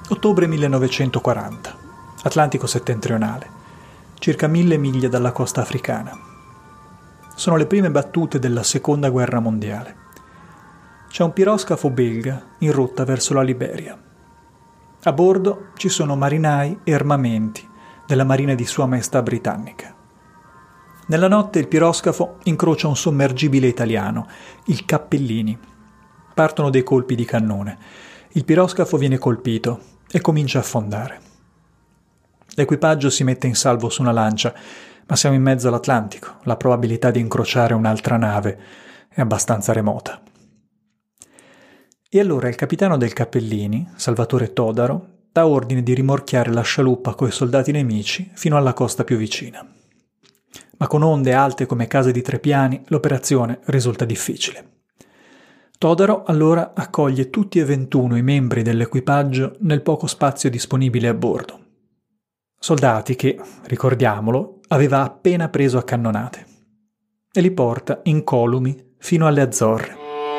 Ottobre 1940, Atlantico settentrionale, circa 1000 miglia dalla costa africana. Sono le prime battute della Seconda Guerra Mondiale. C'è un piroscafo belga in rotta verso la Liberia. A bordo ci sono marinai e armamenti della Marina di Sua Maestà britannica. Nella notte il piroscafo incrocia un sommergibile italiano, il Cappellini. Partono dei colpi di cannone. Il piroscafo viene colpito e comincia a affondare. L'equipaggio si mette in salvo su una lancia, ma siamo in mezzo all'Atlantico. La probabilità di incrociare un'altra nave è abbastanza remota. E allora il capitano del Cappellini, Salvatore Todaro, dà ordine di rimorchiare la scialuppa coi soldati nemici fino alla costa più vicina. Ma con onde alte come case di 3 piani, l'operazione risulta difficile. Todaro allora accoglie tutti e 21 i membri dell'equipaggio nel poco spazio disponibile a bordo. Soldati che, ricordiamolo, aveva appena preso a cannonate. E li porta incolumi fino alle Azzorre.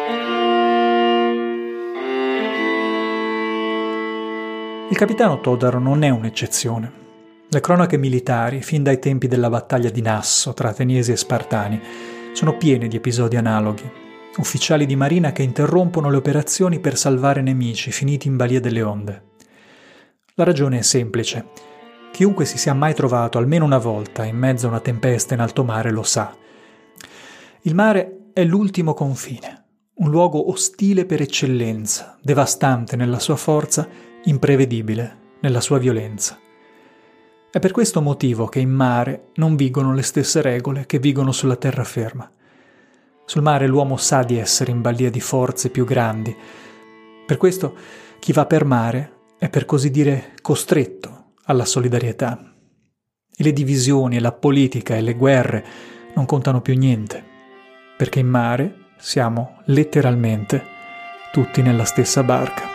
Il capitano Todaro non è un'eccezione. Le cronache militari, fin dai tempi della battaglia di Nasso tra ateniesi e spartani, sono piene di episodi analoghi. Ufficiali di marina che interrompono le operazioni per salvare nemici finiti in balia delle onde. La ragione è semplice. Chiunque si sia mai trovato almeno una volta in mezzo a una tempesta in alto mare lo sa. Il mare è l'ultimo confine, un luogo ostile per eccellenza, devastante nella sua forza, imprevedibile nella sua violenza. È per questo motivo che in mare non vigono le stesse regole che vigono sulla terraferma. Sul mare l'uomo sa di essere in balia di forze più grandi. Per questo chi va per mare è per così dire costretto alla solidarietà. E le divisioni e la politica e le guerre non contano più niente, perché in mare siamo letteralmente tutti nella stessa barca.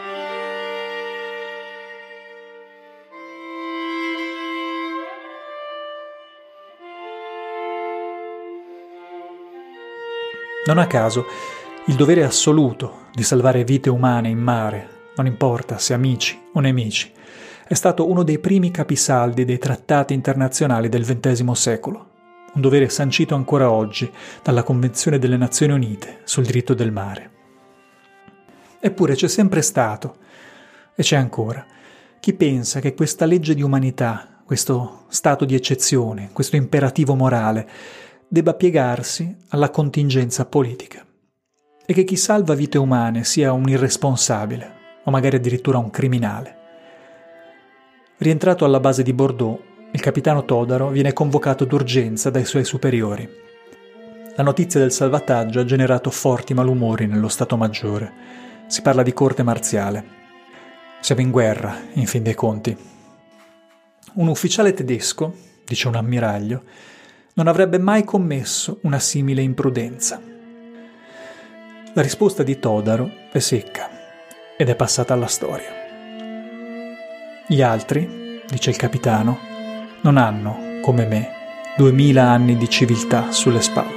Non a caso, il dovere assoluto di salvare vite umane in mare, non importa se amici o nemici, è stato uno dei primi capisaldi dei trattati internazionali del XX secolo, un dovere sancito ancora oggi dalla Convenzione delle Nazioni Unite sul diritto del mare. Eppure c'è sempre stato, e c'è ancora, chi pensa che questa legge di umanità, questo stato di eccezione, questo imperativo morale, debba piegarsi alla contingenza politica e che chi salva vite umane sia un irresponsabile o magari addirittura un criminale. Rientrato alla base di Bordeaux, il capitano Todaro viene convocato d'urgenza dai suoi superiori. La notizia del salvataggio ha generato forti malumori nello Stato Maggiore. Si parla di corte marziale. Siamo in guerra, in fin dei conti. Un ufficiale tedesco, dice un ammiraglio, non avrebbe mai commesso una simile imprudenza. La risposta di Todaro è secca ed è passata alla storia. Gli altri, dice il capitano, non hanno, come me, 2000 anni di civiltà sulle spalle.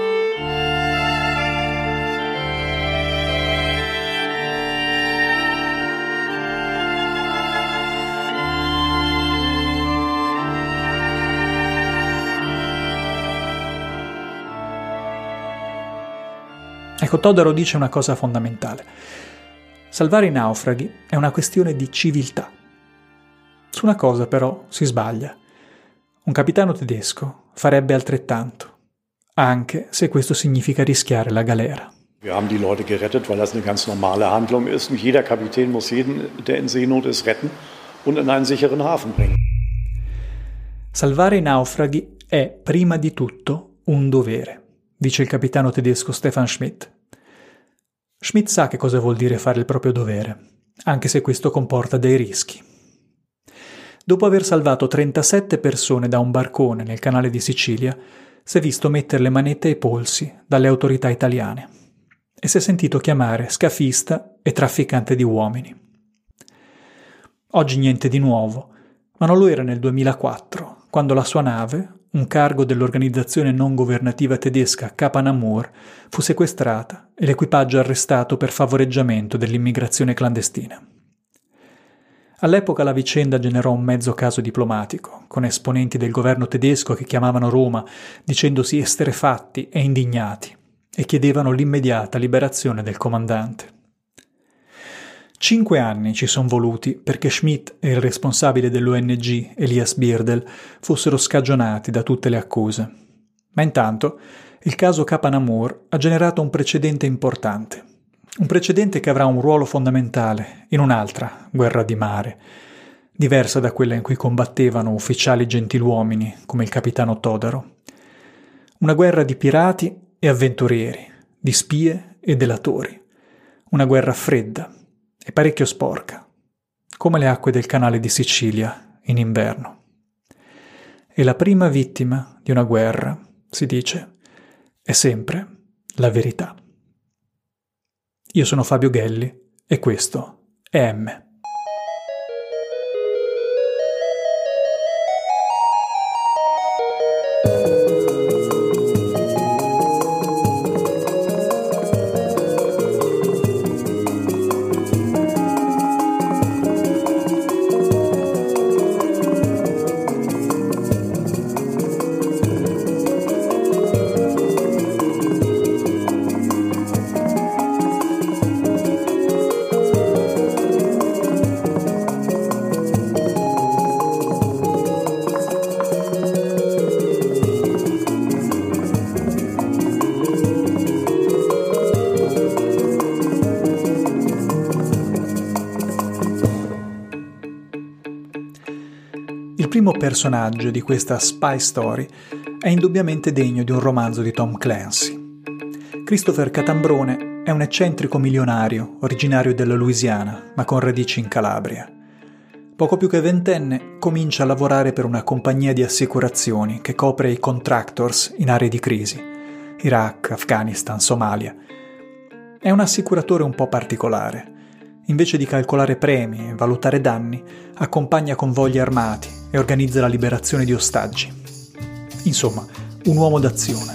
Ecco, Todaro dice una cosa fondamentale. Salvare i naufraghi è una questione di civiltà. Su una cosa però si sbaglia. Un capitano tedesco farebbe altrettanto, anche se questo significa rischiare la galera. Wir haben die Leute gerettet, weil das eine ganz normale Handlung ist. Und jeder Kapitän muss jeden, der in Seenot ist, retten und in einen sicheren Hafen bringen. Salvare i naufraghi è prima di tutto un dovere, dice il capitano tedesco Stefan Schmidt. Schmidt sa che cosa vuol dire fare il proprio dovere, anche se questo comporta dei rischi. Dopo aver salvato 37 persone da un barcone nel canale di Sicilia, si è visto mettere le manette ai polsi dalle autorità italiane e si è sentito chiamare scafista e trafficante di uomini. Oggi niente di nuovo, ma non lo era nel 2004, quando la sua nave, un cargo dell'organizzazione non governativa tedesca Cap en-Amour, fu sequestrata e l'equipaggio arrestato per favoreggiamento dell'immigrazione clandestina. All'epoca la vicenda generò un mezzo caso diplomatico, con esponenti del governo tedesco che chiamavano Roma dicendosi esterrefatti e indignati e chiedevano l'immediata liberazione del comandante. 5 anni ci sono voluti perché Schmidt e il responsabile dell'ONG, Elias Birdel, fossero scagionati da tutte le accuse. Ma intanto il caso Kapanamur ha generato un precedente importante. Un precedente che avrà un ruolo fondamentale in un'altra guerra di mare, diversa da quella in cui combattevano ufficiali gentiluomini come il capitano Todaro. Una guerra di pirati e avventurieri, di spie e delatori. Una guerra fredda e parecchio sporca, come le acque del canale di Sicilia in inverno. E la prima vittima di una guerra, si dice, è sempre la verità. Io sono Fabio Ghelli e questo è M. Il primo personaggio di questa spy story è indubbiamente degno di un romanzo di Tom Clancy. Christopher Catambrone è un eccentrico milionario originario della Louisiana, ma con radici in Calabria. Poco più che ventenne, comincia a lavorare per una compagnia di assicurazioni che copre i contractors in aree di crisi, Iraq, Afghanistan, Somalia. È un assicuratore un po' particolare. Invece di calcolare premi e valutare danni, accompagna convogli armati e organizza la liberazione di ostaggi. Insomma, un uomo d'azione.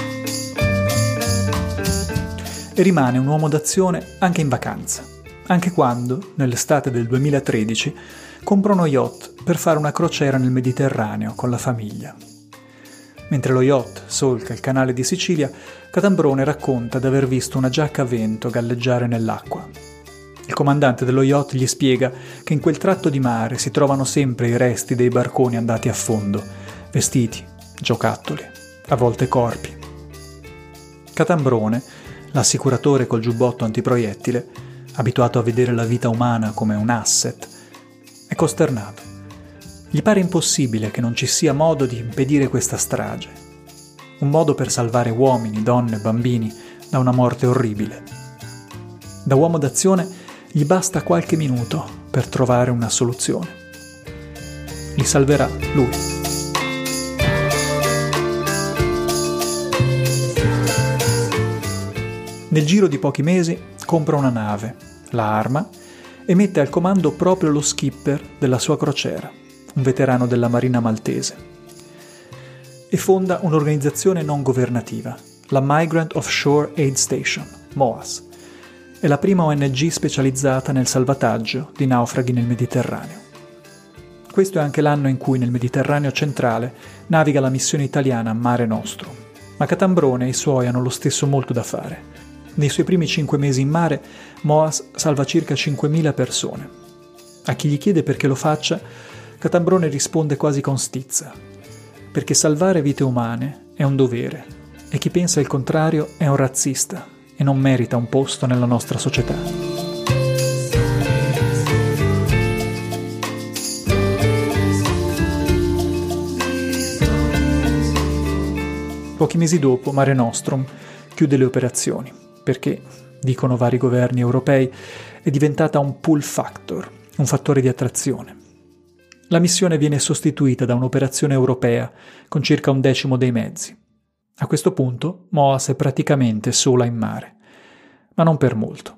E rimane un uomo d'azione anche in vacanza, anche quando, nell'estate del 2013, compra uno yacht per fare una crociera nel Mediterraneo con la famiglia. Mentre lo yacht solca il canale di Sicilia, Catambrone racconta di aver visto una giacca a vento galleggiare nell'acqua. Il comandante dello yacht gli spiega che in quel tratto di mare si trovano sempre i resti dei barconi andati a fondo, vestiti, giocattoli, a volte corpi. Catambrone, l'assicuratore col giubbotto antiproiettile, abituato a vedere la vita umana come un asset, è costernato. Gli pare impossibile che non ci sia modo di impedire questa strage. Un modo per salvare uomini, donne, bambini da una morte orribile. Da uomo d'azione gli basta qualche minuto per trovare una soluzione. Li salverà lui. Nel giro di pochi mesi compra una nave, la arma, e mette al comando proprio lo skipper della sua crociera, un veterano della Marina maltese. E fonda un'organizzazione non governativa, la Migrant Offshore Aid Station, MOAS. È la prima ONG specializzata nel salvataggio di naufraghi nel Mediterraneo. Questo è anche l'anno in cui nel Mediterraneo centrale naviga la missione italiana Mare Nostrum. Ma Catambrone e i suoi hanno lo stesso molto da fare. Nei suoi primi 5 mesi in mare, MOAS salva circa 5.000 persone. A chi gli chiede perché lo faccia, Catambrone risponde quasi con stizza. Perché salvare vite umane è un dovere, e chi pensa il contrario è un razzista e non merita un posto nella nostra società. Pochi mesi dopo, Mare Nostrum chiude le operazioni, perché, dicono vari governi europei, è diventata un pull factor, un fattore di attrazione. La missione viene sostituita da un'operazione europea con circa 1/10 dei mezzi. A questo punto MOAS è praticamente sola in mare, ma non per molto.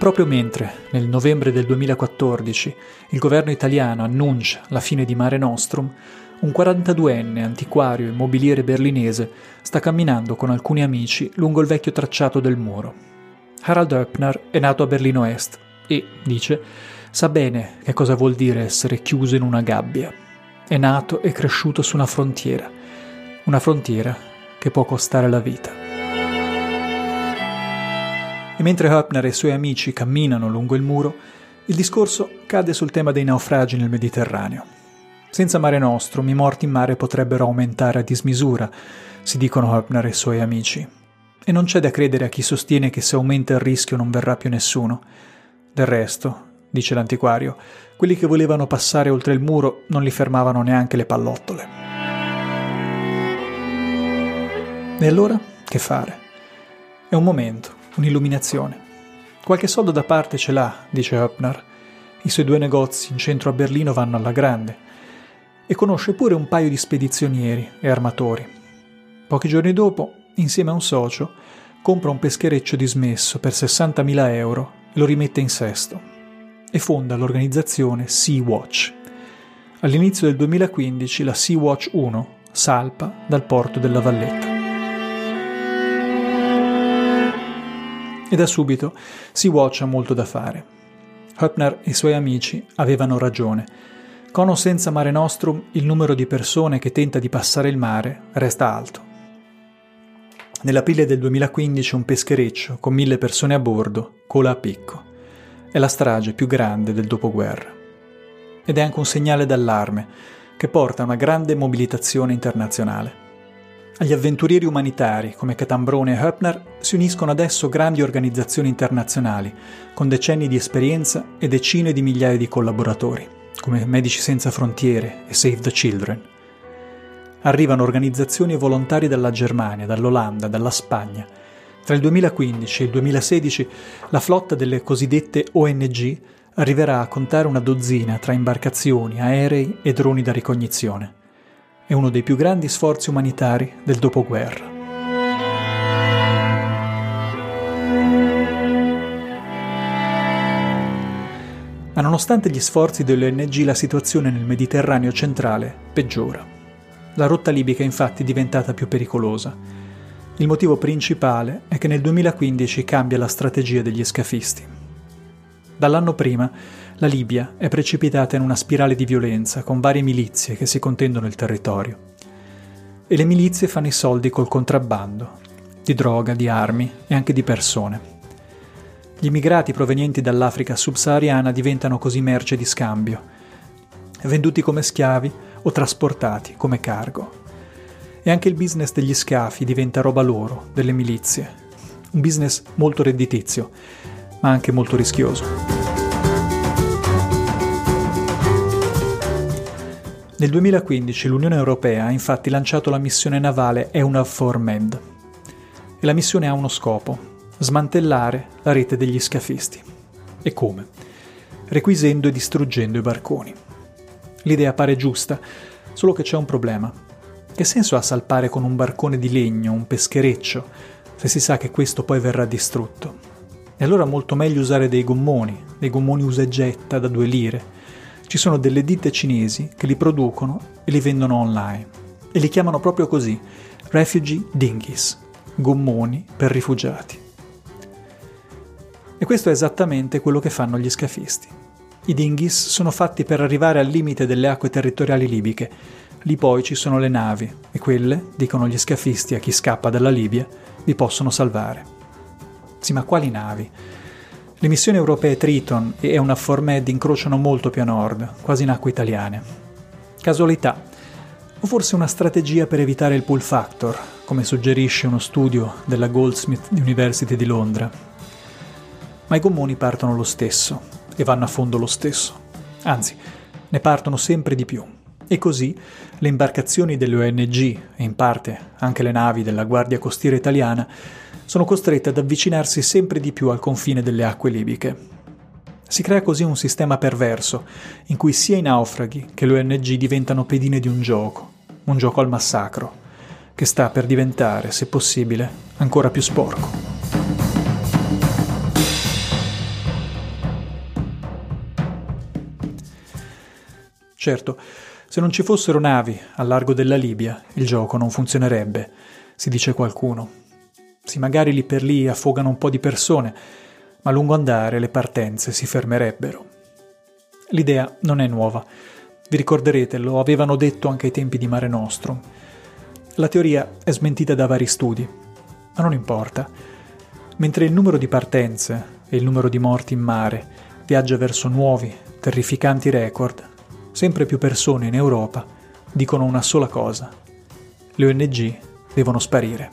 proprio mentre, nel novembre del 2014, il governo italiano annuncia la fine di Mare Nostrum, un 42enne antiquario immobiliere berlinese sta camminando con alcuni amici lungo il vecchio tracciato del muro. Harald Höppner è nato a Berlino Est e, dice, sa bene che cosa vuol dire essere chiuso in una gabbia. È nato e cresciuto su una frontiera che può costare la vita. E mentre Höppner e i suoi amici camminano lungo il muro, il discorso cade sul tema dei naufragi nel Mediterraneo. Senza Mare Nostrum i morti in mare potrebbero aumentare a dismisura, si dicono Höppner e i suoi amici. E non c'è da credere a chi sostiene che se aumenta il rischio non verrà più nessuno. Del resto, dice l'antiquario, quelli che volevano passare oltre il muro non li fermavano neanche le pallottole. E allora, che fare? È un momento, un'illuminazione. Qualche soldo da parte ce l'ha, dice Höppner. I suoi 2 negozi in centro a Berlino vanno alla grande. E conosce pure un paio di spedizionieri e armatori. Pochi giorni dopo, insieme a un socio, compra un peschereccio dismesso per 60.000 euro e lo rimette in sesto. E fonda l'organizzazione Sea-Watch. All'inizio del 2015 la Sea-Watch 1 salpa dal porto della Valletta. E da subito Sea-Watch ha molto da fare. Höppner e i suoi amici avevano ragione. Con o senza Mare Nostrum il numero di persone che tenta di passare il mare resta alto. Nell'aprile del 2015 un peschereccio con 1.000 persone a bordo cola a picco. È la strage più grande del dopoguerra. Ed è anche un segnale d'allarme che porta a una grande mobilitazione internazionale. Agli avventurieri umanitari come Catambrone e Höppner si uniscono adesso grandi organizzazioni internazionali con decenni di esperienza e decine di migliaia di collaboratori, come Medici Senza Frontiere e Save the Children. Arrivano organizzazioni e volontari dalla Germania, dall'Olanda, dalla Spagna. Tra il 2015 e il 2016 la flotta delle cosiddette ONG arriverà a contare una dozzina tra imbarcazioni, aerei e droni da ricognizione. È uno dei più grandi sforzi umanitari del dopoguerra. Ma nonostante gli sforzi delle ONG, la situazione nel Mediterraneo centrale peggiora. La rotta libica è infatti diventata più pericolosa. Il motivo principale è che nel 2015 cambia la strategia degli scafisti. Dall'anno prima, la Libia è precipitata in una spirale di violenza con varie milizie che si contendono il territorio. E le milizie fanno i soldi col contrabbando, di droga, di armi e anche di persone. Gli immigrati provenienti dall'Africa subsahariana diventano così merce di scambio, venduti come schiavi o trasportati come cargo. E anche il business degli scafi diventa roba loro, delle milizie. Un business molto redditizio, ma anche molto rischioso. Nel 2015 l'Unione Europea ha infatti lanciato la missione navale EUNAVFOR Med. E la missione ha uno scopo: smantellare la rete degli scafisti. E come? Requisendo e distruggendo i barconi. L'idea pare giusta, solo che c'è un problema. Che senso ha salpare con un barcone di legno, un peschereccio, se si sa che questo poi verrà distrutto? E allora molto meglio usare dei gommoni usa e getta da 2 lire. Ci sono delle ditte cinesi che li producono e li vendono online. E li chiamano proprio così, Refugee Dinghies, gommoni per rifugiati. E questo è esattamente quello che fanno gli scafisti. I dinghies sono fatti per arrivare al limite delle acque territoriali libiche. Lì poi ci sono le navi e quelle, dicono gli scafisti a chi scappa dalla Libia, vi possono salvare. Sì, ma quali navi? Le missioni europee Triton e EUNAVFOR Med incrociano molto più a nord, quasi in acque italiane. Casualità? O forse una strategia per evitare il pull factor, come suggerisce uno studio della Goldsmith University di Londra? Ma i gommoni partono lo stesso e vanno a fondo lo stesso. Anzi, ne partono sempre di più. E così le imbarcazioni delle ONG e in parte anche le navi della Guardia Costiera italiana sono costrette ad avvicinarsi sempre di più al confine delle acque libiche. Si crea così un sistema perverso in cui sia i naufraghi che le ONG diventano pedine di un gioco al massacro, che sta per diventare, se possibile, ancora più sporco. Certo, se non ci fossero navi al largo della Libia, il gioco non funzionerebbe, si dice qualcuno. Sì, magari lì per lì affogano un po' di persone, ma a lungo andare le partenze si fermerebbero. L'idea non è nuova. Vi ricorderete, lo avevano detto anche ai tempi di Mare Nostrum. La teoria è smentita da vari studi, ma non importa. Mentre il numero di partenze e il numero di morti in mare viaggia verso nuovi, terrificanti record, sempre più persone in Europa dicono una sola cosa: le ONG devono sparire.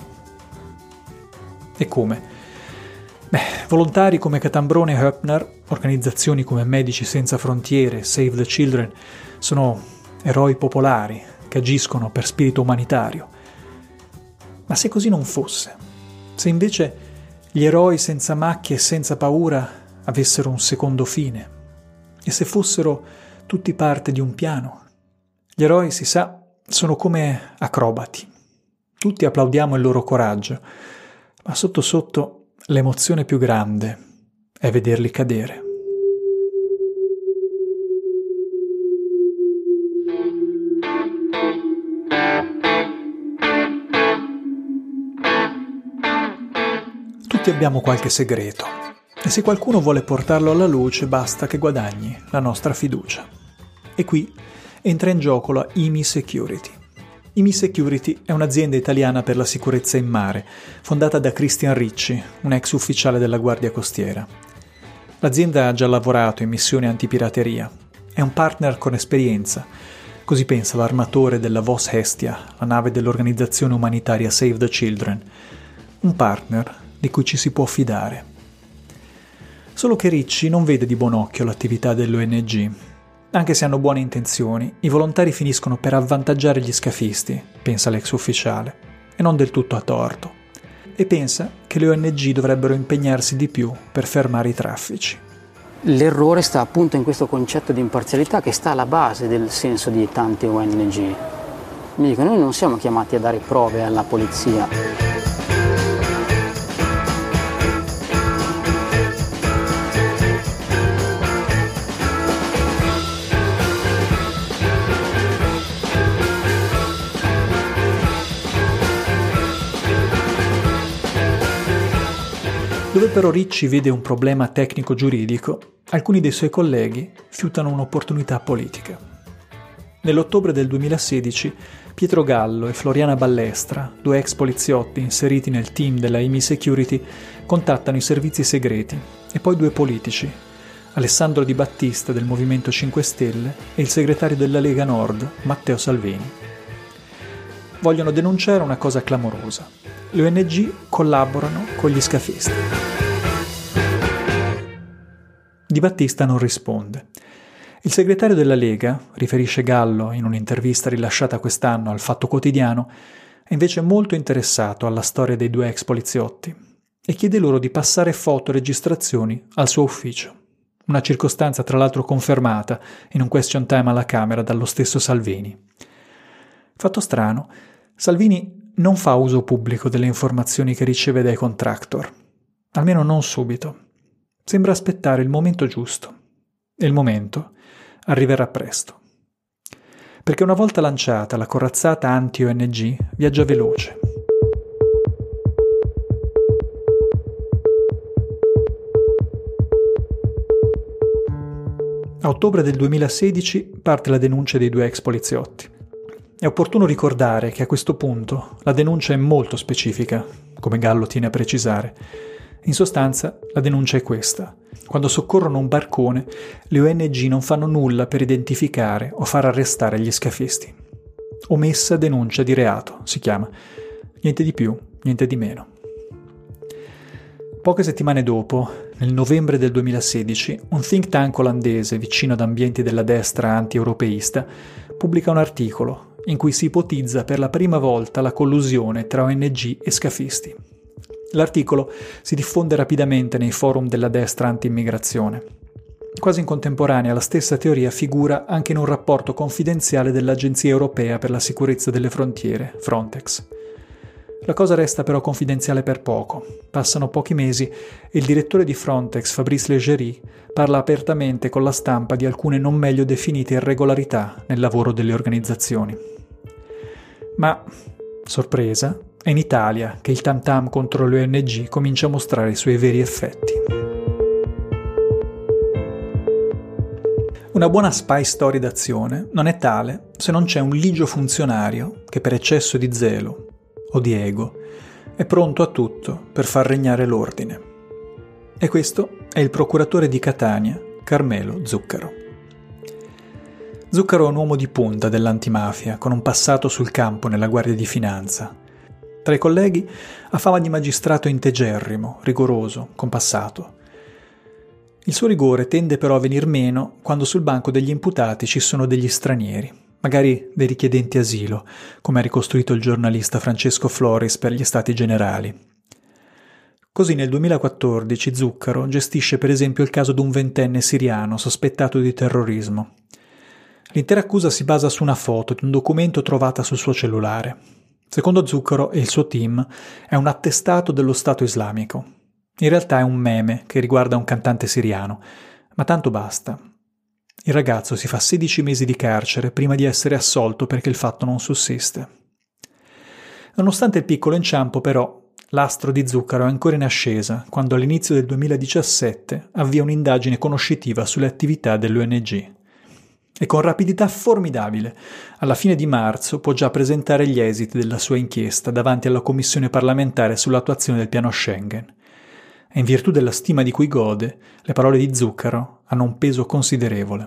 E come? Volontari come Catambrone e Höppner, organizzazioni come Medici Senza Frontiere, Save the Children, sono eroi popolari che agiscono per spirito umanitario. Ma se così non fosse, se invece gli eroi senza macchie e senza paura avessero un secondo fine, e se fossero tutti parte di un piano? Gli eroi, si sa, sono come acrobati. Tutti applaudiamo il loro coraggio, ma sotto sotto l'emozione più grande è vederli cadere. Tutti abbiamo qualche segreto, e se qualcuno vuole portarlo alla luce basta che guadagni la nostra fiducia. E qui entra in gioco la IMI Security. IMI Security è un'azienda italiana per la sicurezza in mare, fondata da Christian Ricci, un ex ufficiale della Guardia Costiera. L'azienda ha già lavorato in missioni antipirateria, è un partner con esperienza, così pensa l'armatore della Vos Hestia, la nave dell'organizzazione umanitaria Save the Children, un partner di cui ci si può fidare. Solo che Ricci non vede di buon occhio l'attività dell'ONG. Anche se hanno buone intenzioni, i volontari finiscono per avvantaggiare gli scafisti, pensa l'ex ufficiale, e non del tutto a torto. E pensa che le ONG dovrebbero impegnarsi di più per fermare i traffici. L'errore sta appunto in questo concetto di imparzialità che sta alla base del senso di tante ONG. Mi dico, noi non siamo chiamati a dare prove alla polizia. Dove però Ricci vede un problema tecnico-giuridico, alcuni dei suoi colleghi fiutano un'opportunità politica. Nell'ottobre del 2016, Pietro Gallo e Floriana Ballestra, due ex poliziotti inseriti nel team della IMI Security, contattano i servizi segreti e poi due politici, Alessandro Di Battista del Movimento 5 Stelle e il segretario della Lega Nord, Matteo Salvini. Vogliono denunciare una cosa clamorosa. Le ONG collaborano con gli scafisti. Di Battista non risponde. Il segretario della Lega, riferisce Gallo in un'intervista rilasciata quest'anno al Fatto Quotidiano, è invece molto interessato alla storia dei due ex poliziotti e chiede loro di passare foto e registrazioni al suo ufficio. Una circostanza tra l'altro confermata in un question time alla Camera dallo stesso Salvini. Fatto strano, Salvini non fa uso pubblico delle informazioni che riceve dai contractor, almeno non subito. Sembra aspettare il momento giusto, e il momento arriverà presto. Perché una volta lanciata la corazzata anti-ONG viaggia veloce. A ottobre del 2016 parte la denuncia dei due ex poliziotti. È opportuno ricordare che a questo punto la denuncia è molto specifica, come Gallo tiene a precisare. In sostanza, la denuncia è questa. Quando soccorrono un barcone, le ONG non fanno nulla per identificare o far arrestare gli scafisti. Omessa denuncia di reato, si chiama. Niente di più, niente di meno. Poche settimane dopo, nel novembre del 2016, un think tank olandese vicino ad ambienti della destra anti-europeista pubblica un articolo in cui si ipotizza per la prima volta la collusione tra ONG e scafisti. L'articolo si diffonde rapidamente nei forum della destra anti-immigrazione. Quasi in contemporanea la stessa teoria figura anche in un rapporto confidenziale dell'Agenzia Europea per la Sicurezza delle Frontiere, Frontex. La cosa resta però confidenziale per poco. Passano pochi mesi e il direttore di Frontex, Fabrice Leggeri, parla apertamente con la stampa di alcune non meglio definite irregolarità nel lavoro delle organizzazioni. Ma, sorpresa, è in Italia che il tam-tam contro le ONG comincia a mostrare i suoi veri effetti. Una buona spy story d'azione non è tale se non c'è un ligio funzionario che per eccesso di zelo o di ego è pronto a tutto per far regnare l'ordine. E questo è il procuratore di Catania, Carmelo Zuccaro. Zuccaro è un uomo di punta dell'antimafia, con un passato sul campo nella Guardia di Finanza. Tra i colleghi ha fama di magistrato integerrimo, rigoroso, compassato. Il suo rigore tende però a venir meno quando sul banco degli imputati ci sono degli stranieri, magari dei richiedenti asilo, come ha ricostruito il giornalista Francesco Floris per gli Stati Generali. Così nel 2014 Zuccaro gestisce per esempio il caso di un 20enne siriano sospettato di terrorismo. L'intera accusa si basa su una foto di un documento trovata sul suo cellulare. Secondo Zuccaro e il suo team è un attestato dello Stato islamico. In realtà è un meme che riguarda un cantante siriano, ma tanto basta. Il ragazzo si fa 16 mesi di carcere prima di essere assolto perché il fatto non sussiste. Nonostante il piccolo inciampo, però, l'astro di Zuccaro è ancora in ascesa quando all'inizio del 2017 avvia un'indagine conoscitiva sulle attività dell'ONG. E con rapidità formidabile, alla fine di marzo può già presentare gli esiti della sua inchiesta davanti alla Commissione parlamentare sull'attuazione del piano Schengen. E in virtù della stima di cui gode, le parole di Zuccaro hanno un peso considerevole.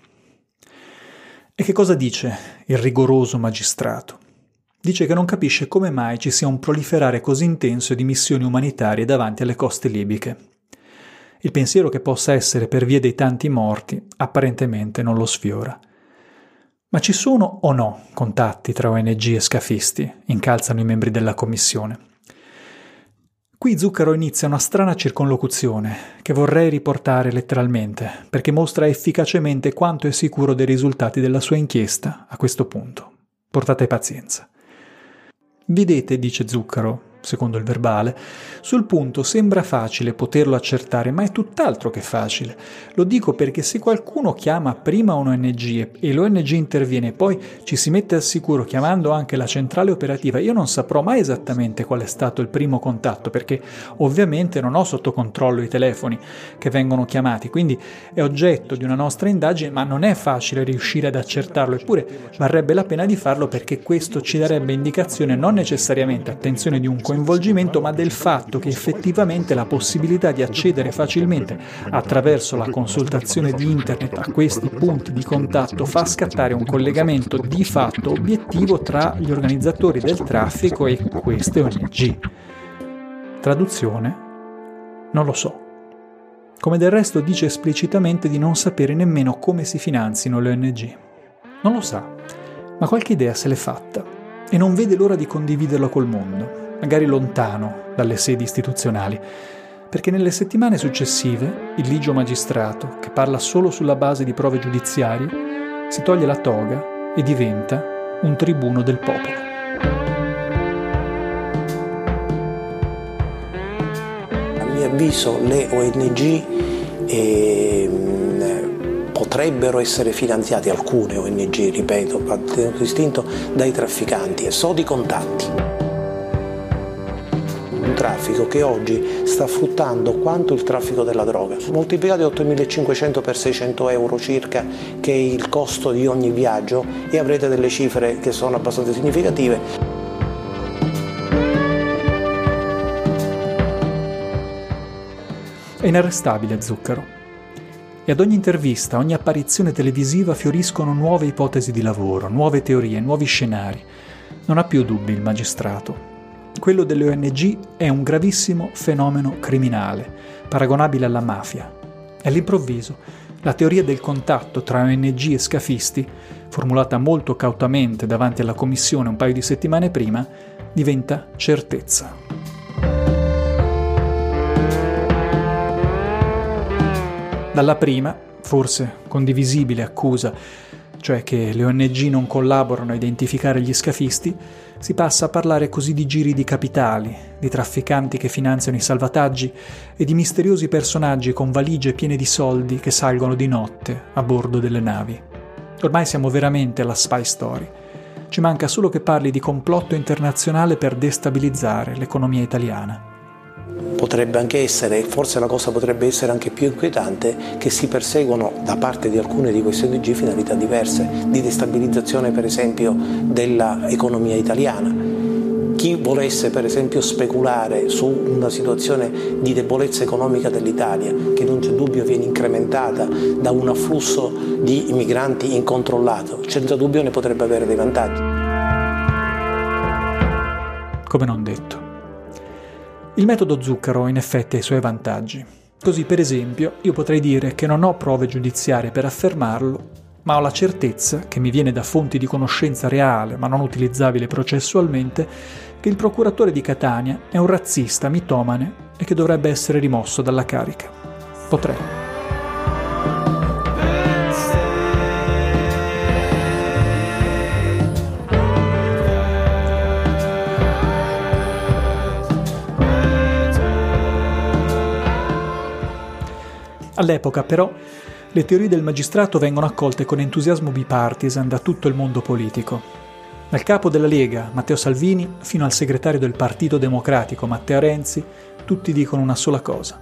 E che cosa dice il rigoroso magistrato? Dice che non capisce come mai ci sia un proliferare così intenso di missioni umanitarie davanti alle coste libiche. Il pensiero che possa essere per via dei tanti morti apparentemente non lo sfiora. Ma ci sono o no contatti tra ONG e scafisti? Incalzano i membri della commissione. Qui Zuccaro inizia una strana circonlocuzione che vorrei riportare letteralmente, perché mostra efficacemente quanto è sicuro dei risultati della sua inchiesta a questo punto. Portate pazienza. Vedete, dice Zuccaro, secondo il verbale, sul punto sembra facile poterlo accertare, ma è tutt'altro che facile. Lo dico perché se qualcuno chiama prima un'ONG e l'ONG interviene e poi ci si mette al sicuro chiamando anche la centrale operativa, io non saprò mai esattamente qual è stato il primo contatto, perché ovviamente non ho sotto controllo i telefoni che vengono chiamati, quindi è oggetto di una nostra indagine, ma non è facile riuscire ad accertarlo, eppure varrebbe la pena di farlo perché questo ci darebbe indicazione non necessariamente, attenzione, di un coinvolgimento, ma del fatto che effettivamente la possibilità di accedere facilmente attraverso la consultazione di internet a questi punti di contatto fa scattare un collegamento di fatto obiettivo tra gli organizzatori del traffico e queste ONG. Traduzione? Non lo so. Come del resto dice esplicitamente di non sapere nemmeno come si finanzino le ONG. Non lo sa, ma qualche idea se l'è fatta e non vede l'ora di condividerlo col mondo, magari lontano dalle sedi istituzionali, perché nelle settimane successive il ligio magistrato, che parla solo sulla base di prove giudiziarie, si toglie la toga e diventa un tribuno del popolo. A mio avviso le ONG potrebbero essere finanziate, alcune ONG, ripeto, va tenuto distinto, dai trafficanti e so di contatti. Un traffico che oggi sta fruttando quanto il traffico della droga. Moltiplicate 8.500 per 600 euro circa, che è il costo di ogni viaggio, e avrete delle cifre che sono abbastanza significative. È inarrestabile Zuccaro. E ad ogni intervista, ogni apparizione televisiva fioriscono nuove ipotesi di lavoro, nuove teorie, nuovi scenari. Non ha più dubbi il magistrato. Quello delle ONG è un gravissimo fenomeno criminale, paragonabile alla mafia. E all'improvviso, la teoria del contatto tra ONG e scafisti, formulata molto cautamente davanti alla commissione un paio di settimane prima, diventa certezza. Dalla prima, forse condivisibile accusa, cioè che le ONG non collaborano a identificare gli scafisti, si passa a parlare così di giri di capitali, di trafficanti che finanziano i salvataggi e di misteriosi personaggi con valigie piene di soldi che salgono di notte a bordo delle navi. Ormai siamo veramente alla spy story. Ci manca solo che parli di complotto internazionale per destabilizzare l'economia italiana. Potrebbe anche essere, forse la cosa potrebbe essere anche più inquietante, che si perseguono da parte di alcune di queste ONG finalità diverse, di destabilizzazione per esempio dell'economia italiana. Chi volesse per esempio speculare su una situazione di debolezza economica dell'Italia, che non c'è dubbio viene incrementata da un afflusso di migranti incontrollato, senza dubbio ne potrebbe avere dei vantaggi. Come non detto. Il metodo Zuccaro in effetti ha i suoi vantaggi. Così, per esempio, io potrei dire che non ho prove giudiziarie per affermarlo, ma ho la certezza, che mi viene da fonti di conoscenza reale ma non utilizzabile processualmente, che il procuratore di Catania è un razzista mitomane e che dovrebbe essere rimosso dalla carica. Potrei. All'epoca, però, le teorie del magistrato vengono accolte con entusiasmo bipartisan da tutto il mondo politico. Dal capo della Lega, Matteo Salvini, fino al segretario del Partito Democratico, Matteo Renzi, tutti dicono una sola cosa.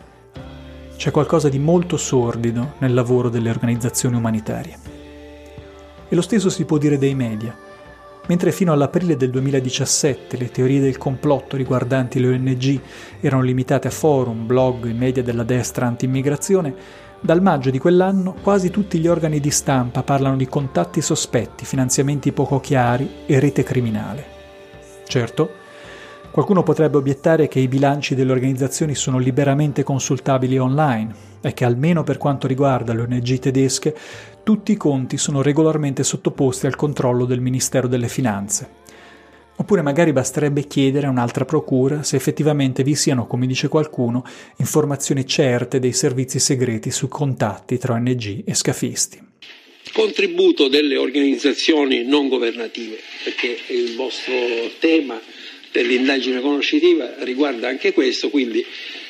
C'è qualcosa di molto sordido nel lavoro delle organizzazioni umanitarie. E lo stesso si può dire dei media. Mentre fino all'aprile del 2017 le teorie del complotto riguardanti le ONG erano limitate a forum, blog e media della destra anti-immigrazione, dal maggio di quell'anno quasi tutti gli organi di stampa parlano di contatti sospetti, finanziamenti poco chiari e rete criminale. Certo, qualcuno potrebbe obiettare che i bilanci delle organizzazioni sono liberamente consultabili online e che almeno per quanto riguarda le ONG tedesche tutti i conti sono regolarmente sottoposti al controllo del Ministero delle Finanze. Oppure magari basterebbe chiedere a un'altra procura se effettivamente vi siano, come dice qualcuno, informazioni certe dei servizi segreti sui contatti tra ONG e scafisti. Contributo delle organizzazioni non governative, perché il vostro tema dell'indagine conoscitiva riguarda anche questo, quindi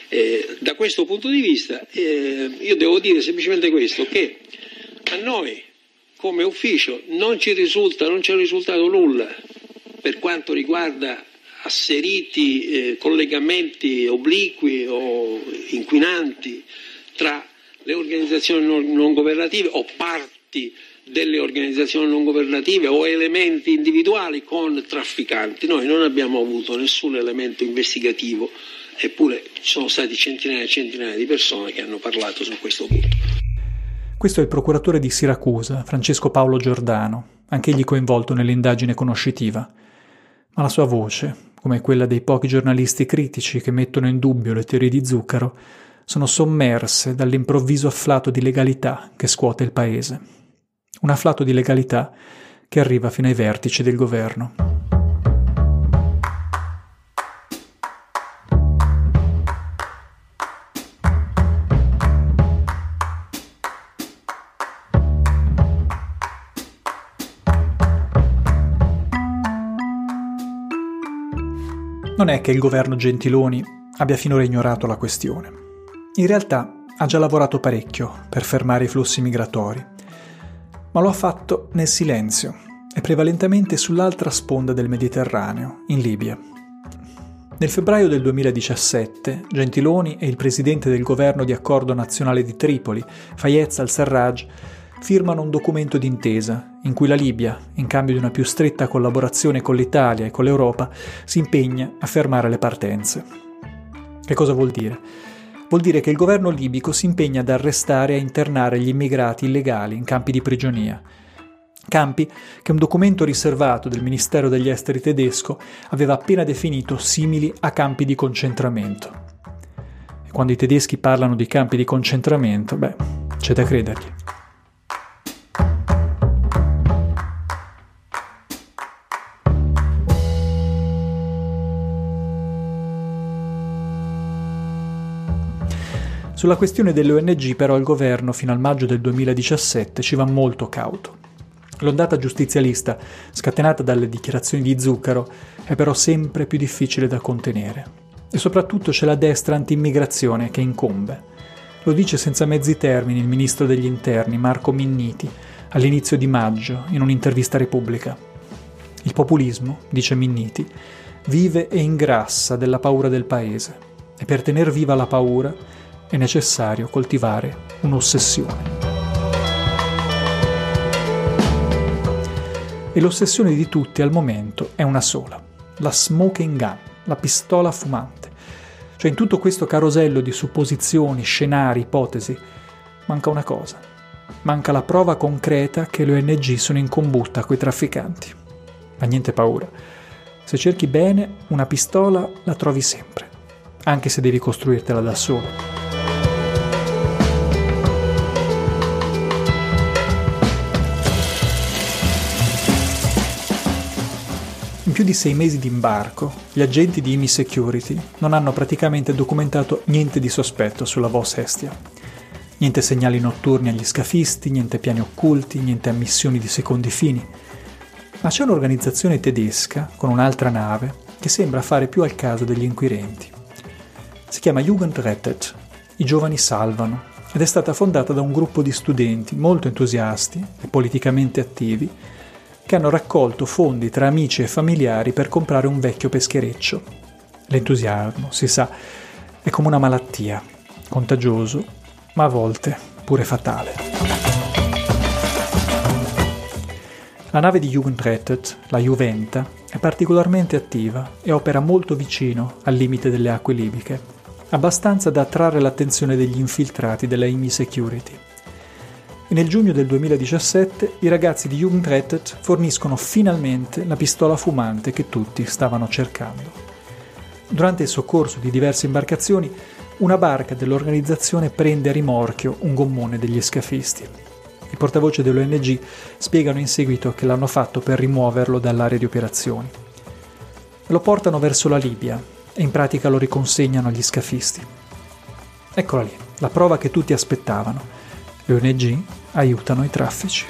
da questo punto di vista io devo dire semplicemente questo, che a noi come ufficio non c'è risultato nulla per quanto riguarda asseriti collegamenti obliqui o inquinanti tra le organizzazioni non governative o parti delle organizzazioni non governative o elementi individuali con trafficanti. Noi non abbiamo avuto nessun elemento investigativo, eppure ci sono stati centinaia e centinaia di persone che hanno parlato su questo punto. Questo è il procuratore di Siracusa, Francesco Paolo Giordano, anch'egli coinvolto nell'indagine conoscitiva. Ma la sua voce, come quella dei pochi giornalisti critici che mettono in dubbio le teorie di Zuccaro, sono sommerse dall'improvviso afflato di legalità che scuote il paese. Un afflato di legalità che arriva fino ai vertici del governo. Non è che il governo Gentiloni abbia finora ignorato la questione. In realtà ha già lavorato parecchio per fermare i flussi migratori, ma lo ha fatto nel silenzio e prevalentemente sull'altra sponda del Mediterraneo, in Libia. Nel febbraio del 2017, Gentiloni e il presidente del governo di accordo nazionale di Tripoli, Fayez al-Sarraj, firmano un documento d'intesa in cui la Libia, in cambio di una più stretta collaborazione con l'Italia e con l'Europa, si impegna a fermare le partenze. Che cosa vuol dire? Vuol dire che il governo libico si impegna ad arrestare e a internare gli immigrati illegali in campi di prigionia. Campi che un documento riservato del Ministero degli Esteri tedesco aveva appena definito simili a campi di concentramento. E quando i tedeschi parlano di campi di concentramento, c'è da credergli. Sulla questione delle ONG però il governo fino al maggio del 2017 ci va molto cauto. L'ondata giustizialista, scatenata dalle dichiarazioni di Zuccaro, è però sempre più difficile da contenere. E soprattutto c'è la destra anti-immigrazione che incombe. Lo dice senza mezzi termini il ministro degli interni, Marco Minniti, all'inizio di maggio, in un'intervista a Repubblica. Il populismo, dice Minniti, vive e ingrassa della paura del paese. E per tener viva la paura è necessario coltivare un'ossessione. E l'ossessione di tutti al momento è una sola, la smoking gun, la pistola fumante. Cioè in tutto questo carosello di supposizioni, scenari, ipotesi, manca una cosa. Manca la prova concreta che le ONG sono in combutta coi trafficanti. Ma niente paura. Se cerchi bene, una pistola la trovi sempre, anche se devi costruirtela da solo. In più di 6 mesi di imbarco, gli agenti di IMI Security non hanno praticamente documentato niente di sospetto sulla VOS Hestia. Niente segnali notturni agli scafisti, niente piani occulti, niente ammissioni di secondi fini. Ma c'è un'organizzazione tedesca, con un'altra nave, che sembra fare più al caso degli inquirenti. Si chiama Jugend rettet, i giovani salvano, ed è stata fondata da un gruppo di studenti molto entusiasti e politicamente attivi, che hanno raccolto fondi tra amici e familiari per comprare un vecchio peschereccio. L'entusiasmo, si sa, è come una malattia, contagioso, ma a volte pure fatale. La nave di Jugendrettet, la Juventa, è particolarmente attiva e opera molto vicino al limite delle acque libiche, abbastanza da attrarre l'attenzione degli infiltrati della IMI Security. E nel giugno del 2017 i ragazzi di Jugendrettet forniscono finalmente la pistola fumante che tutti stavano cercando. Durante il soccorso di diverse imbarcazioni, una barca dell'organizzazione prende a rimorchio un gommone degli scafisti. I portavoce dell'ONG spiegano in seguito che l'hanno fatto per rimuoverlo dall'area di operazioni. Lo portano verso la Libia e in pratica lo riconsegnano agli scafisti. Eccola lì, la prova che tutti aspettavano. Le ONG aiutano i traffici.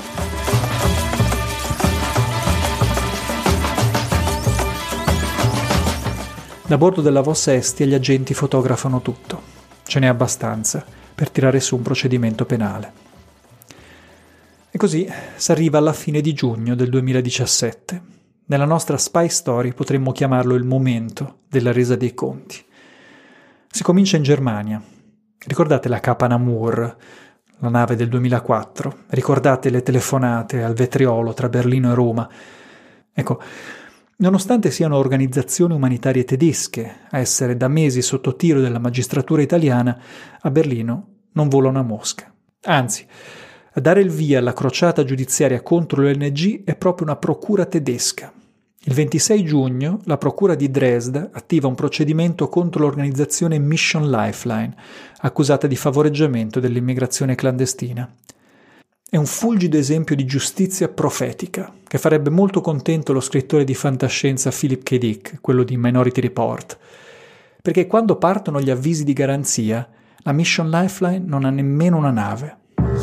Da bordo della VOS Hestia gli agenti fotografano tutto. Ce n'è abbastanza per tirare su un procedimento penale. E così si arriva alla fine di giugno del 2017. Nella nostra spy story potremmo chiamarlo il momento della resa dei conti. Si comincia in Germania. Ricordate la Capa Namur, la nave del 2004? Ricordate le telefonate al vetriolo tra Berlino e Roma? Ecco, nonostante siano organizzazioni umanitarie tedesche a essere da mesi sotto tiro della magistratura italiana, a Berlino non vola una mosca. Anzi, a dare il via alla crociata giudiziaria contro l'ONG è proprio una procura tedesca. Il 26 giugno la procura di Dresda attiva un procedimento contro l'organizzazione Mission Lifeline, accusata di favoreggiamento dell'immigrazione clandestina. È un fulgido esempio di giustizia profetica, che farebbe molto contento lo scrittore di fantascienza Philip K. Dick, quello di Minority Report, perché quando partono gli avvisi di garanzia, la Mission Lifeline non ha nemmeno una nave.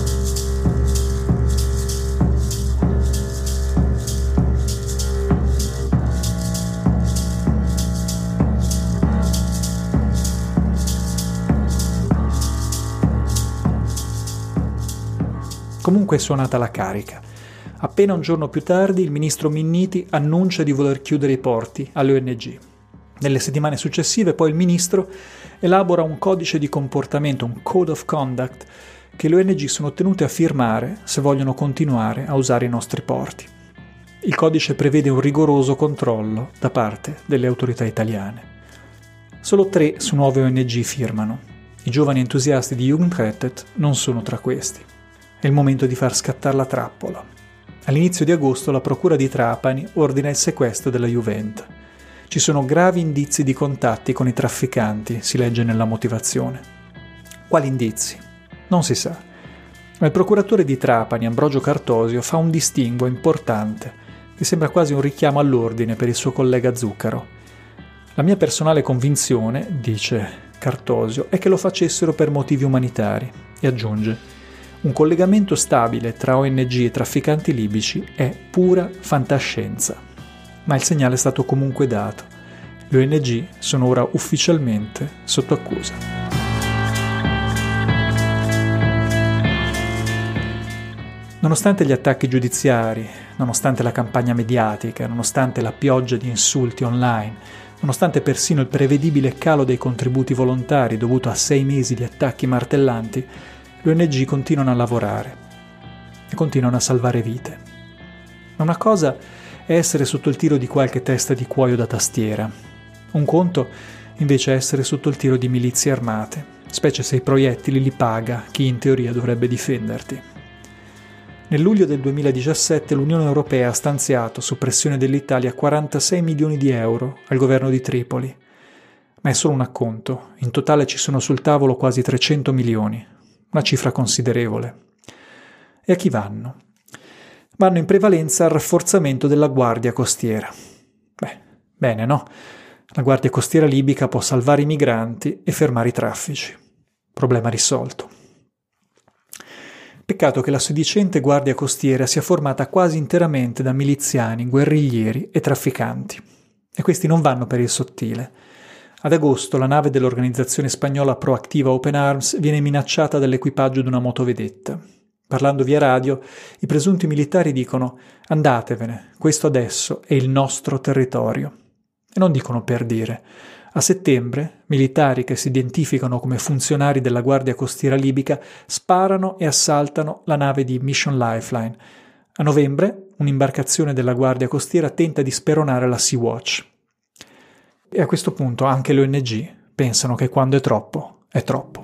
Comunque è suonata la carica. Appena un giorno più tardi il ministro Minniti annuncia di voler chiudere i porti alle ONG. Nelle settimane successive poi il ministro elabora un codice di comportamento, un Code of Conduct, che le ONG sono tenute a firmare se vogliono continuare a usare i nostri porti. Il codice prevede un rigoroso controllo da parte delle autorità italiane. Solo 3 su 9 ONG firmano. I giovani entusiasti di Jugendrettet non sono tra questi. È il momento di far scattare la trappola. All'inizio di agosto la procura di Trapani ordina il sequestro della Juventa. Ci sono gravi indizi di contatti con i trafficanti, si legge nella motivazione. Quali indizi? Non si sa. Ma il procuratore di Trapani, Ambrogio Cartosio, fa un distinguo importante, che sembra quasi un richiamo all'ordine per il suo collega Zuccaro. La mia personale convinzione, dice Cartosio, è che lo facessero per motivi umanitari, e aggiunge: Un collegamento stabile tra ONG e trafficanti libici è pura fantascienza. Ma il segnale è stato comunque dato. Le ONG sono ora ufficialmente sotto accusa. Nonostante gli attacchi giudiziari, nonostante la campagna mediatica, nonostante la pioggia di insulti online, nonostante persino il prevedibile calo dei contributi volontari dovuto a 6 mesi di attacchi martellanti, le ONG continuano a lavorare e continuano a salvare vite. Una cosa è essere sotto il tiro di qualche testa di cuoio da tastiera. Un conto invece è essere sotto il tiro di milizie armate, specie se i proiettili li paga chi in teoria dovrebbe difenderti. Nel luglio del 2017 l'Unione Europea ha stanziato, su pressione dell'Italia, 46 milioni di euro al governo di Tripoli. Ma è solo un acconto. In totale ci sono sul tavolo quasi 300 milioni. Una cifra considerevole. E a chi vanno? Vanno in prevalenza al rafforzamento della Guardia Costiera. Bene, no? La Guardia Costiera libica può salvare i migranti e fermare i traffici. Problema risolto. Peccato che la sedicente Guardia Costiera sia formata quasi interamente da miliziani, guerriglieri e trafficanti. E questi non vanno per il sottile. Ad agosto la nave dell'organizzazione spagnola Proactiva Open Arms viene minacciata dall'equipaggio di una motovedetta. Parlando via radio, i presunti militari dicono «Andatevene, questo adesso è il nostro territorio». E non dicono per dire. A settembre, militari che si identificano come funzionari della Guardia Costiera libica sparano e assaltano la nave di Mission Lifeline. A novembre, un'imbarcazione della Guardia Costiera tenta di speronare la Sea-Watch. E a questo punto anche le ONG pensano che quando è troppo, è troppo.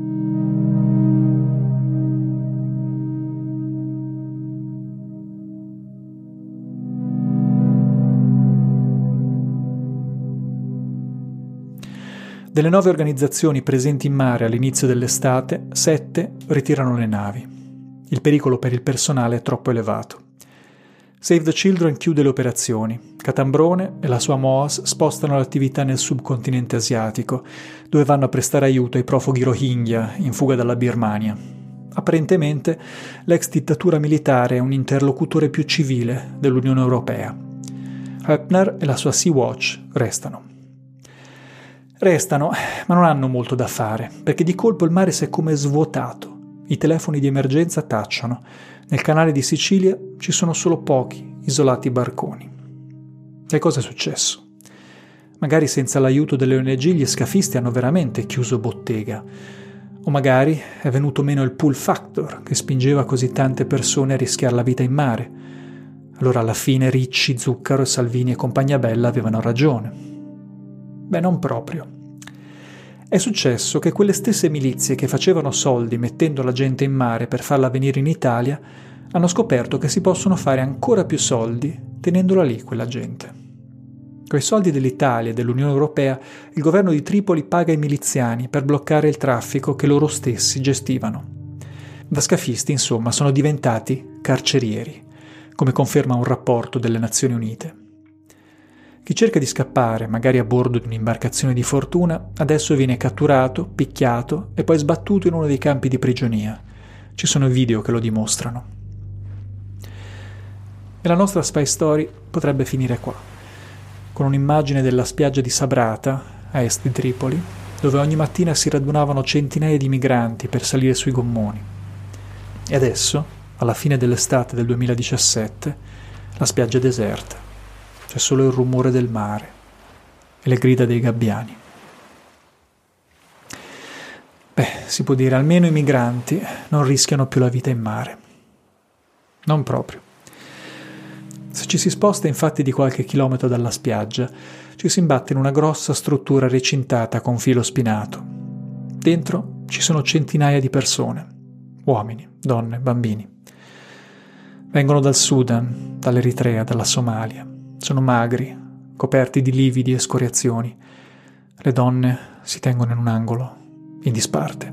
Delle 9 organizzazioni presenti in mare all'inizio dell'estate, 7 ritirano le navi. Il pericolo per il personale è troppo elevato. Save the Children chiude le operazioni. Catambrone e la sua MOAS spostano l'attività nel subcontinente asiatico, dove vanno a prestare aiuto ai profughi Rohingya in fuga dalla Birmania. Apparentemente, l'ex dittatura militare è un interlocutore più civile dell'Unione Europea. Höppner e la sua Sea-Watch restano. Restano, ma non hanno molto da fare, perché di colpo il mare si è come svuotato. I telefoni di emergenza tacciono. Nel canale di Sicilia ci sono solo pochi, isolati barconi. Che cosa è successo? Magari senza l'aiuto delle ONG gli scafisti hanno veramente chiuso bottega. O magari è venuto meno il pull factor che spingeva così tante persone a rischiare la vita in mare. Allora alla fine Ricci, Zuccaro, Salvini e compagnia bella avevano ragione. Beh, non proprio. È successo che quelle stesse milizie che facevano soldi mettendo la gente in mare per farla venire in Italia hanno scoperto che si possono fare ancora più soldi tenendola lì quella gente. Coi soldi dell'Italia e dell'Unione Europea il governo di Tripoli paga i miliziani per bloccare il traffico che loro stessi gestivano. Da scafisti, insomma, sono diventati carcerieri, come conferma un rapporto delle Nazioni Unite. Chi cerca di scappare, magari a bordo di un'imbarcazione di fortuna, adesso viene catturato, picchiato e poi sbattuto in uno dei campi di prigionia. Ci sono video che lo dimostrano. E la nostra spy story potrebbe finire qua, con un'immagine della spiaggia di Sabrata, a est di Tripoli, dove ogni mattina si radunavano centinaia di migranti per salire sui gommoni. E adesso, alla fine dell'estate del 2017, la spiaggia è deserta. C'è solo il rumore del mare e le grida dei gabbiani. Si può dire almeno i migranti non rischiano più la vita in mare. Non proprio. Se ci si sposta infatti di qualche chilometro dalla spiaggia, ci si imbatte in una grossa struttura recintata con filo spinato. Dentro ci sono centinaia di persone, uomini, donne, bambini. Vengono dal Sudan, dall'Eritrea, dalla Somalia. Sono magri, coperti di lividi e scoriazioni. Le donne si tengono in un angolo, in disparte.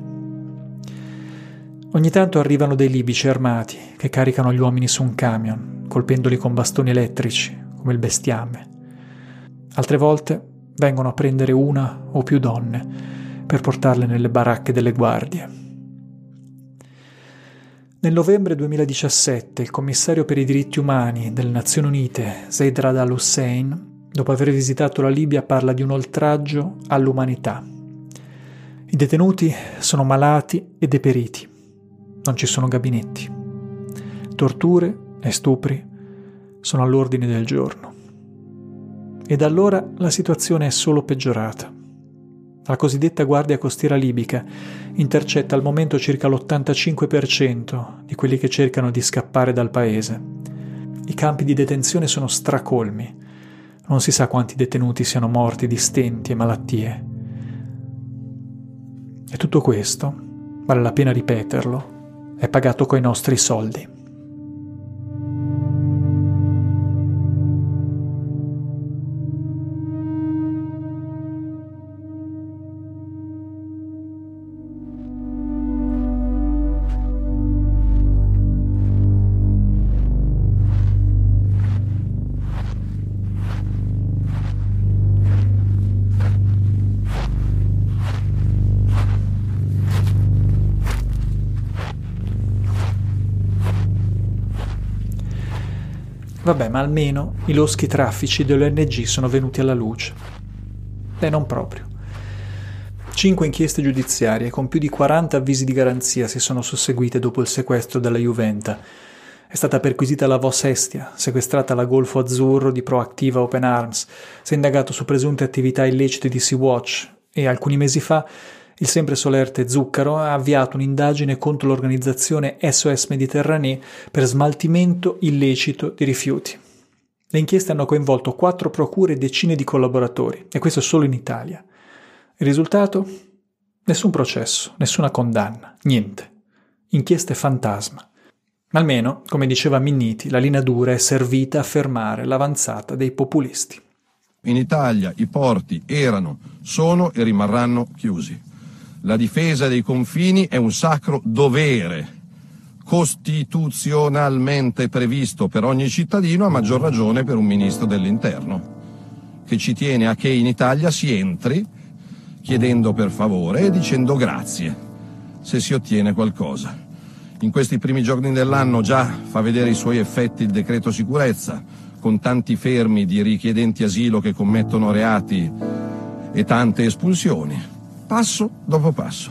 Ogni tanto arrivano dei libici armati che caricano gli uomini su un camion, colpendoli con bastoni elettrici, come il bestiame. Altre volte vengono a prendere una o più donne per portarle nelle baracche delle guardie. Nel novembre 2017 il commissario per i diritti umani delle Nazioni Unite, Zeid Ra'ad al-Hussein, dopo aver visitato la Libia, parla di un oltraggio all'umanità. I detenuti sono malati e deperiti. Non ci sono gabinetti. Torture e stupri sono all'ordine del giorno. E da allora la situazione è solo peggiorata. La cosiddetta Guardia Costiera Libica intercetta al momento circa l'85% di quelli che cercano di scappare dal paese. I campi di detenzione sono stracolmi. Non si sa quanti detenuti siano morti di stenti e malattie. E tutto questo, vale la pena ripeterlo, è pagato coi nostri soldi. Vabbè, ma almeno i loschi traffici delle ONG sono venuti alla luce. Beh, non proprio. 5 inchieste giudiziarie con più di 40 avvisi di garanzia si sono susseguite dopo il sequestro della Juventa. È stata perquisita la Vos Estia, sequestrata la Golfo Azzurro di Proactiva Open Arms, si è indagato su presunte attività illecite di Sea-Watch e alcuni mesi fa il sempre solerte Zuccaro ha avviato un'indagine contro l'organizzazione SOS Méditerranée per smaltimento illecito di rifiuti. Le inchieste hanno coinvolto 4 procure e decine di collaboratori, e questo solo in Italia. Il risultato? Nessun processo, nessuna condanna, niente. Inchieste fantasma. Almeno, come diceva Minniti, la linea dura è servita a fermare l'avanzata dei populisti. In Italia i porti erano, sono e rimarranno chiusi. La difesa dei confini è un sacro dovere, costituzionalmente previsto per ogni cittadino, a maggior ragione per un ministro dell'interno, che ci tiene a che in Italia si entri chiedendo per favore e dicendo grazie se si ottiene qualcosa. In questi primi giorni dell'anno già fa vedere i suoi effetti il decreto sicurezza, con tanti fermi di richiedenti asilo che commettono reati e tante espulsioni. Passo dopo passo.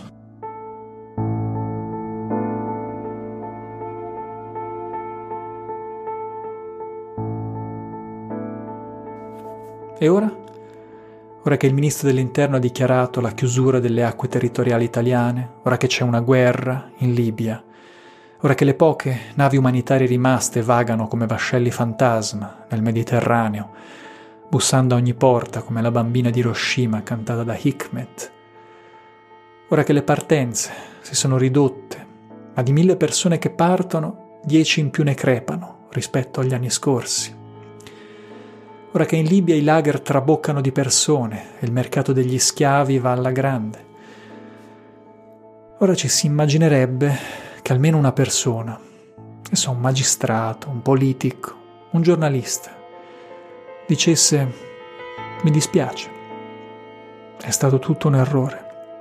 E ora? Ora che il ministro dell'Interno ha dichiarato la chiusura delle acque territoriali italiane, ora che c'è una guerra in Libia, ora che le poche navi umanitarie rimaste vagano come vascelli fantasma nel Mediterraneo, bussando a ogni porta come la bambina di Hiroshima cantata da Hikmet, ora che le partenze si sono ridotte, ma di 1000 persone che partono, 10 in più ne crepano rispetto agli anni scorsi. Ora che in Libia i lager traboccano di persone e il mercato degli schiavi va alla grande. Ora ci si immaginerebbe che almeno una persona, che so, un magistrato, un politico, un giornalista, dicesse: mi dispiace, è stato tutto un errore.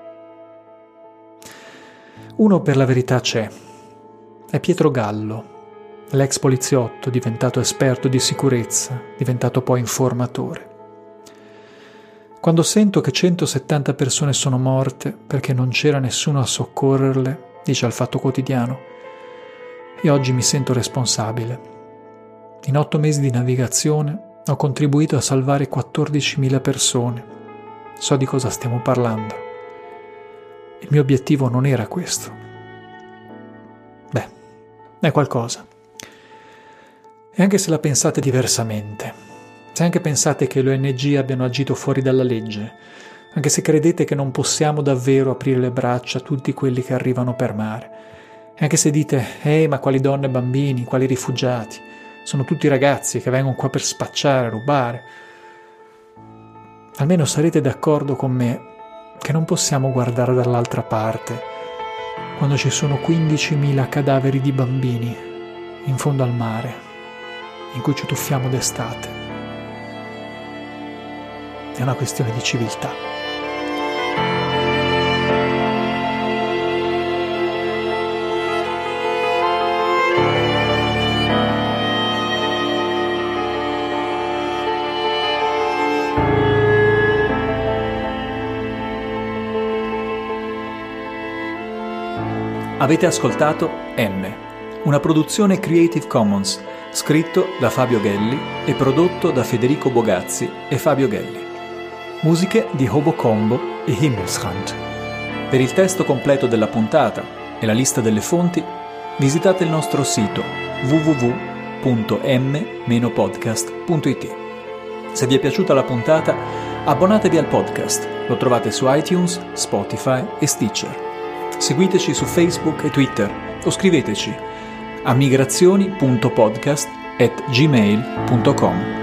Uno per la verità c'è, è Pietro Gallo, l'ex poliziotto diventato esperto di sicurezza, diventato poi informatore. Quando sento che 170 persone sono morte perché non c'era nessuno a soccorrerle, dice al Fatto Quotidiano, io oggi mi sento responsabile. In 8 mesi di navigazione ho contribuito a salvare 14.000 persone. So di cosa stiamo parlando. Il mio obiettivo non era questo. Beh, è qualcosa. E anche se la pensate diversamente, se anche pensate che le ONG abbiano agito fuori dalla legge, anche se credete che non possiamo davvero aprire le braccia a tutti quelli che arrivano per mare, e anche se dite, ma quali donne e bambini, quali rifugiati, sono tutti ragazzi che vengono qua per spacciare, rubare, almeno sarete d'accordo con me che non possiamo guardare dall'altra parte quando ci sono 15.000 cadaveri di bambini in fondo al mare in cui ci tuffiamo d'estate. È una questione di civiltà. Avete ascoltato M, una produzione Creative Commons, scritto da Fabio Gelli e prodotto da Federico Bogazzi e Fabio Gelli. Musiche di Hobo Combo e Himmelsrand. Per il testo completo della puntata e la lista delle fonti, visitate il nostro sito www.m-podcast.it. Se vi è piaciuta la puntata, abbonatevi al podcast, lo trovate su iTunes, Spotify e Stitcher. Seguiteci su Facebook e Twitter o scriveteci a migrazioni.podcast@gmail.com.